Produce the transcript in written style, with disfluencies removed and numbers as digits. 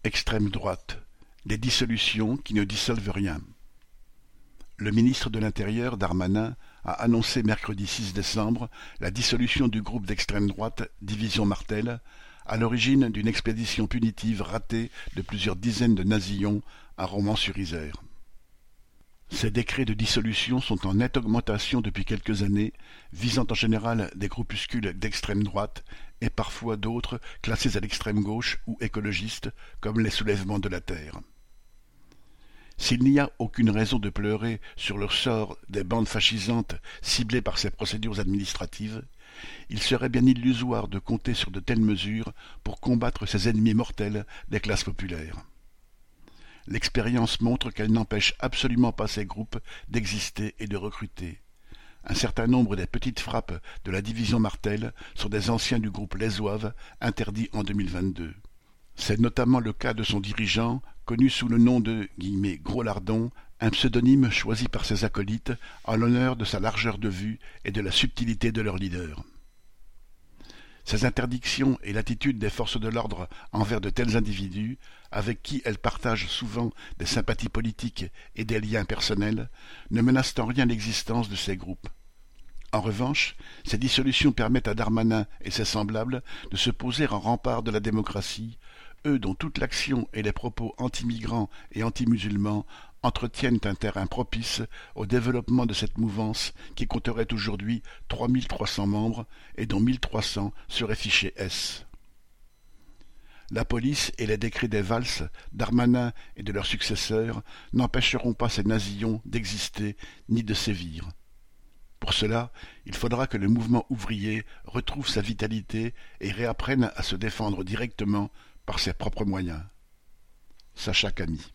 Extrême droite, des dissolutions qui ne dissolvent rien. Le ministre de l'Intérieur, Darmanin, a annoncé mercredi 6 décembre la dissolution du groupe d'extrême droite Division Martel, à l'origine d'une expédition punitive ratée de plusieurs dizaines de nasillons à Romans-sur-Isère. Ces décrets de dissolution sont en nette augmentation depuis quelques années, visant en général des groupuscules d'extrême droite et parfois d'autres classés à l'extrême gauche ou écologistes, comme les soulèvements de la terre. S'il n'y a aucune raison de pleurer sur le sort des bandes fascisantes ciblées par ces procédures administratives, il serait bien illusoire de compter sur de telles mesures pour combattre ces ennemis mortels des classes populaires. L'expérience montre qu'elle n'empêche absolument pas ces groupes d'exister et de recruter. Un certain nombre des petites frappes de la division Martel sont des anciens du groupe Les Zouaves, interdits en 2022. C'est notamment le cas de son dirigeant, connu sous le nom de « Gros Lardon », un pseudonyme choisi par ses acolytes en l'honneur de sa largeur de vue et de la subtilité de leur leader. Ces interdictions et l'attitude des forces de l'ordre envers de tels individus, avec qui elles partagent souvent des sympathies politiques et des liens personnels, ne menacent en rien l'existence de ces groupes. En revanche, ces dissolutions permettent à Darmanin et ses semblables de se poser en rempart de la démocratie, eux dont toute l'action et les propos anti-migrants et anti-musulmans entretiennent un terrain propice au développement de cette mouvance qui compterait aujourd'hui 3300 membres et dont 1300 seraient fichés S. La police et les décrets des Valls, Darmanin et de leurs successeurs n'empêcheront pas ces nasillons d'exister ni de sévir. Pour cela, il faudra que le mouvement ouvrier retrouve sa vitalité et réapprenne à se défendre directement par ses propres moyens. Sacha Camille.